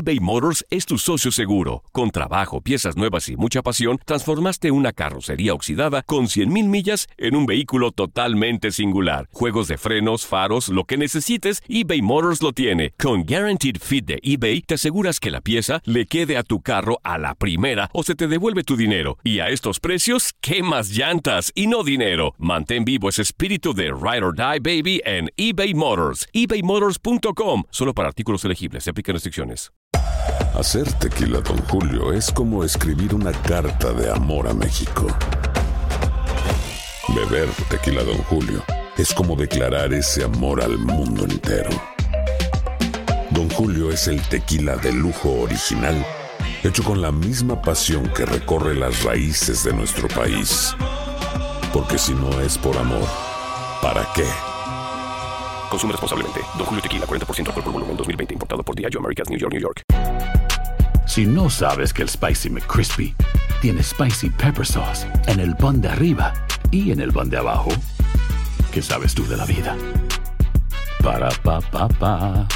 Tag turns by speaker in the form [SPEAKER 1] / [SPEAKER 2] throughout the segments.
[SPEAKER 1] eBay Motors es tu socio seguro. Con trabajo, piezas nuevas y mucha pasión, transformaste una carrocería oxidada con 100,000 millas en un vehículo totalmente singular. Juegos de frenos, faros, lo que necesites, eBay Motors lo tiene. Con Guaranteed Fit de eBay, te aseguras que la pieza le quede a tu carro a la primera o se te devuelve tu dinero. Y a estos precios, ¿qué más llantas y no dinero? Mantén vivo ese espíritu de Ride or Die, baby, en eBay Motors. ebaymotors.com. Solo para artículos elegibles. Se aplican restricciones.
[SPEAKER 2] Hacer tequila Don Julio es como escribir una carta de amor a México. Beber tequila Don Julio es como declarar ese amor al mundo entero. Don Julio es el tequila de lujo original, hecho con la misma pasión que recorre las raíces de nuestro país. Porque si no es por amor, ¿para qué?
[SPEAKER 1] Consume responsablemente. Don Julio Tequila, 40% alcohol por volumen, 2020. Importado por Diageo Americas, New York, New York.
[SPEAKER 3] Si no sabes que el Spicy McCrispy tiene Spicy Pepper Sauce en el pan de arriba y en el pan de abajo, ¿qué sabes tú de la vida? Para, pa, pa, pa.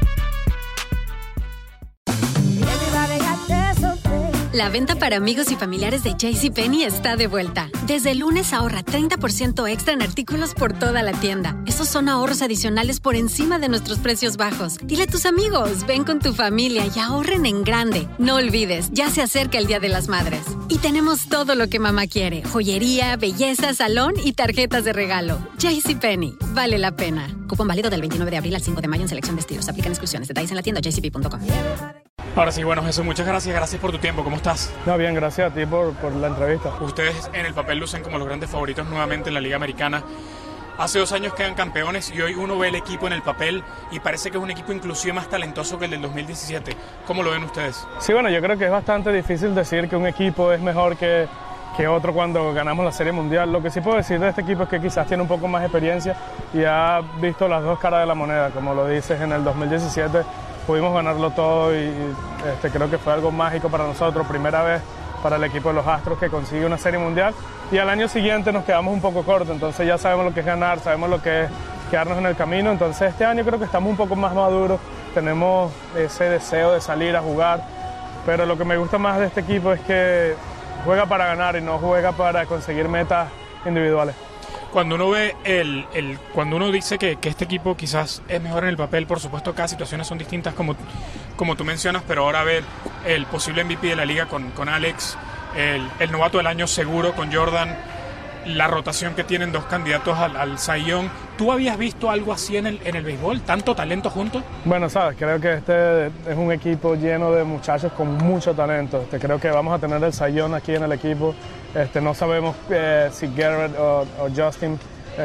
[SPEAKER 4] La venta para amigos y familiares de JCPenney está de vuelta. Desde el lunes ahorra 30% extra en artículos por toda la tienda. Esos son ahorros adicionales por encima de nuestros precios bajos. Dile a tus amigos, ven con tu familia y ahorren en grande. No olvides, ya se acerca el Día de las Madres. Y tenemos todo lo que mamá quiere. Joyería, belleza, salón y tarjetas de regalo. JCPenney, vale la pena. Cupón válido del 29 de abril al 5 de mayo en selección de estilos. Aplican exclusiones. Detalles en la tienda jcp.com.
[SPEAKER 5] Ahora sí, bueno, Jesús, muchas gracias. Gracias por tu tiempo. ¿Cómo estás?
[SPEAKER 6] No, bien, gracias a ti por la entrevista.
[SPEAKER 5] Ustedes en el papel lucen como los grandes favoritos nuevamente en la Liga Americana. Hace 2 años quedan campeones y hoy uno ve el equipo en el papel y parece que es un equipo inclusive más talentoso que el del 2017. ¿Cómo lo ven ustedes?
[SPEAKER 6] Sí, bueno, yo creo que es bastante difícil decir que un equipo es mejor que otro cuando ganamos la Serie Mundial. Lo que sí puedo decir de este equipo es que quizás tiene un poco más de experiencia y ha visto las dos caras de la moneda. Como lo dices, en el 2017 pudimos ganarlo todo y creo que fue algo mágico para nosotros. Primera vez para el equipo de los Astros que consigue una Serie Mundial y al año siguiente nos quedamos un poco cortos. Entonces ya sabemos lo que es ganar, sabemos lo que es quedarnos en el camino. Entonces este año creo que estamos un poco más maduros, tenemos ese deseo de salir a jugar, pero lo que me gusta más de este equipo es que juega para ganar y no juega para conseguir metas individuales.
[SPEAKER 5] Cuando uno ve cuando uno dice que este equipo quizás es mejor en el papel, por supuesto cada situaciones son distintas como tú mencionas, pero ahora ver el posible MVP de la liga con Alex, el novato del año seguro con Jordan, la rotación que tienen dos candidatos al Cy Young. ¿Tú habías visto algo así en el béisbol? ¿Tanto talento juntos?
[SPEAKER 6] Bueno, sabes, creo que este es un equipo lleno de muchachos con mucho talento. Creo que vamos a tener el Cy Young aquí en el equipo. No sabemos si Garrett o Justin,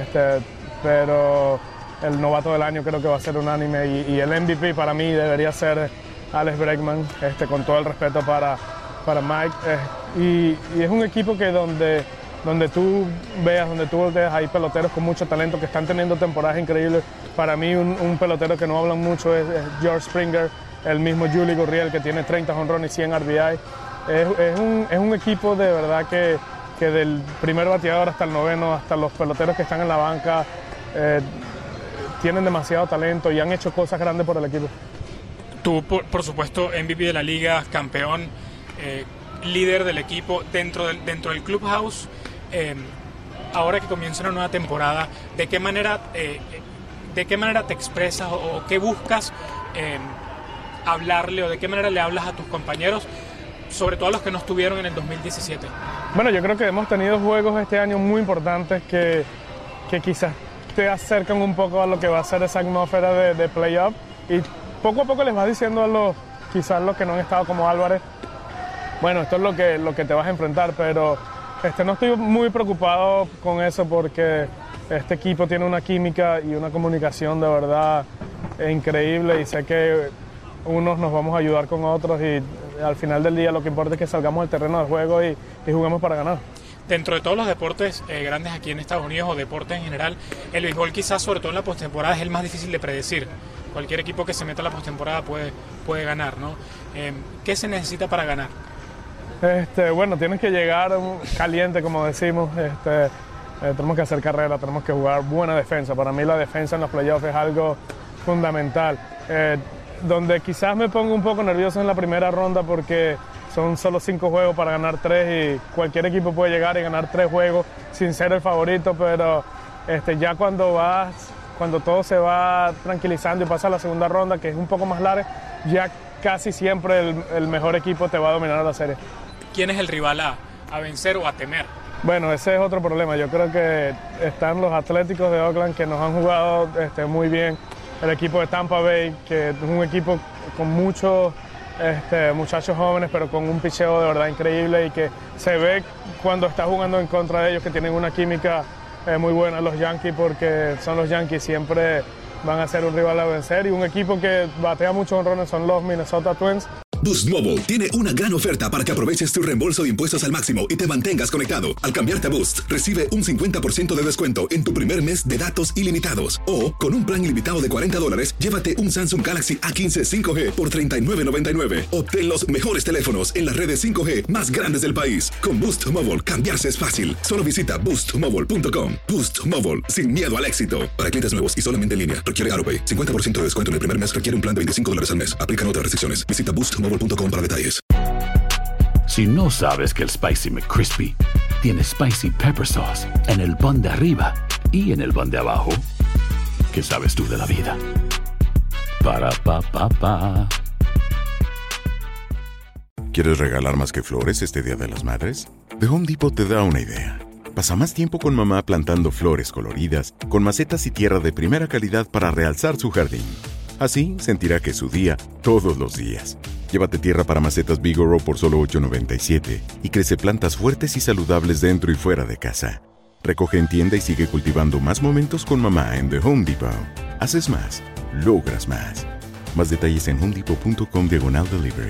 [SPEAKER 6] pero el novato del año creo que va a ser unánime y el MVP para mí debería ser Alex Bregman, con todo el respeto para Mike. Y es un equipo que donde tú veas, hay peloteros con mucho talento que están teniendo temporadas increíbles. Para mí un pelotero que no hablan mucho es George Springer, el mismo Yuli Gurriel que tiene 30 jonrones y 100 RBI. Es un equipo de verdad que del primer bateador hasta el noveno, hasta los peloteros que están en la banca, tienen demasiado talento y han hecho cosas grandes por el equipo.
[SPEAKER 5] Tú, por supuesto, MVP de la liga, campeón, líder del equipo dentro del clubhouse. Ahora que comienza una nueva temporada, ¿de qué manera te expresas o qué buscas hablarle o de qué manera le hablas a tus compañeros, sobre todo a los que no estuvieron en el 2017?
[SPEAKER 6] Bueno, yo creo que hemos tenido juegos este año muy importantes que quizás te acercan un poco a lo que va a ser esa atmósfera de playoff y poco a poco les vas diciendo a quizás los que no han estado como Álvarez, bueno, esto es lo que te vas a enfrentar, pero no estoy muy preocupado con eso porque este equipo tiene una química y una comunicación de verdad increíble y sé que unos nos vamos a ayudar con otros y al final del día lo que importa es que salgamos al terreno del juego y juguemos para ganar.
[SPEAKER 5] Dentro de todos los deportes grandes aquí en Estados Unidos o deportes en general, el béisbol quizás sobre todo en la postemporada es el más difícil de predecir. Cualquier equipo que se meta a la postemporada puede ganar, ¿no? ¿Qué se necesita para ganar?
[SPEAKER 6] Bueno, tienes que llegar caliente, como decimos. Tenemos que hacer carrera, tenemos que jugar buena defensa. Para mí la defensa en los playoffs es algo fundamental. donde quizás me pongo un poco nervioso en la primera ronda porque son solo 5 juegos para ganar 3 y cualquier equipo puede llegar y ganar 3 juegos sin ser el favorito, pero ya cuando todo se va tranquilizando y pasa a la segunda ronda, que es un poco más larga, ya casi siempre el mejor equipo te va a dominar la serie.
[SPEAKER 5] ¿Quién es el rival a vencer o a temer?
[SPEAKER 6] Bueno, ese es otro problema. Yo creo que están los Atléticos de Oakland que nos han jugado muy bien. El equipo de Tampa Bay, que es un equipo con muchos muchachos jóvenes, pero con un picheo de verdad increíble y que se ve cuando está jugando en contra de ellos que tienen una química muy buena. Los Yankees, porque son los Yankees, siempre van a ser un rival a vencer, y un equipo que batea muchos honrones son los Minnesota Twins.
[SPEAKER 7] Boost Mobile tiene una gran oferta para que aproveches tu reembolso de impuestos al máximo y te mantengas conectado. Al cambiarte a Boost, recibe un 50% de descuento en tu primer mes de datos ilimitados. O, con un plan ilimitado de $40, llévate un Samsung Galaxy A15 5G por $39.99. Obtén los mejores teléfonos en las redes 5G más grandes del país. Con Boost Mobile, cambiarse es fácil. Solo visita boostmobile.com. Boost Mobile, sin miedo al éxito. Para clientes nuevos y solamente en línea, requiere AutoPay. 50% de descuento en el primer mes requiere un plan de $25 al mes. Aplican otras restricciones. Visita boostmobile.com para detalles.
[SPEAKER 3] Si no sabes que el Spicy McCrispy tiene Spicy Pepper Sauce en el pan de arriba y en el pan de abajo, ¿qué sabes tú de la vida? Para, pa, pa, pa.
[SPEAKER 8] ¿Quieres regalar más que flores este Día de las Madres? The Home Depot te da una idea. Pasa más tiempo con mamá plantando flores coloridas, con macetas y tierra de primera calidad para realzar su jardín. Así sentirá que es su día todos los días. Llévate tierra para macetas Bigoro por solo $8.97 y crece plantas fuertes y saludables dentro y fuera de casa. Recoge en tienda y sigue cultivando más momentos con mamá en The Home Depot. Haces más, logras más. Más detalles en homedepot.com/delivery.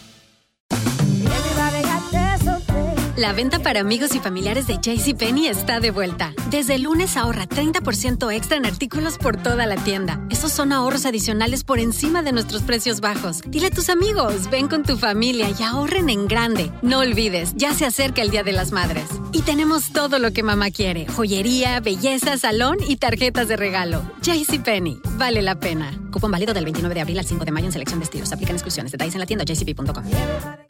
[SPEAKER 4] La venta para amigos y familiares de JCPenney está de vuelta. Desde el lunes ahorra 30% extra en artículos por toda la tienda. Esos son ahorros adicionales por encima de nuestros precios bajos. Dile a tus amigos, ven con tu familia y ahorren en grande. No olvides, ya se acerca el Día de las Madres. Y tenemos todo lo que mamá quiere: joyería, belleza, salón y tarjetas de regalo. JCPenney, vale la pena. Cupón válido del 29 de abril al 5 de mayo en selección de estilos. Aplican exclusiones. Detalles en la tienda jcp.com.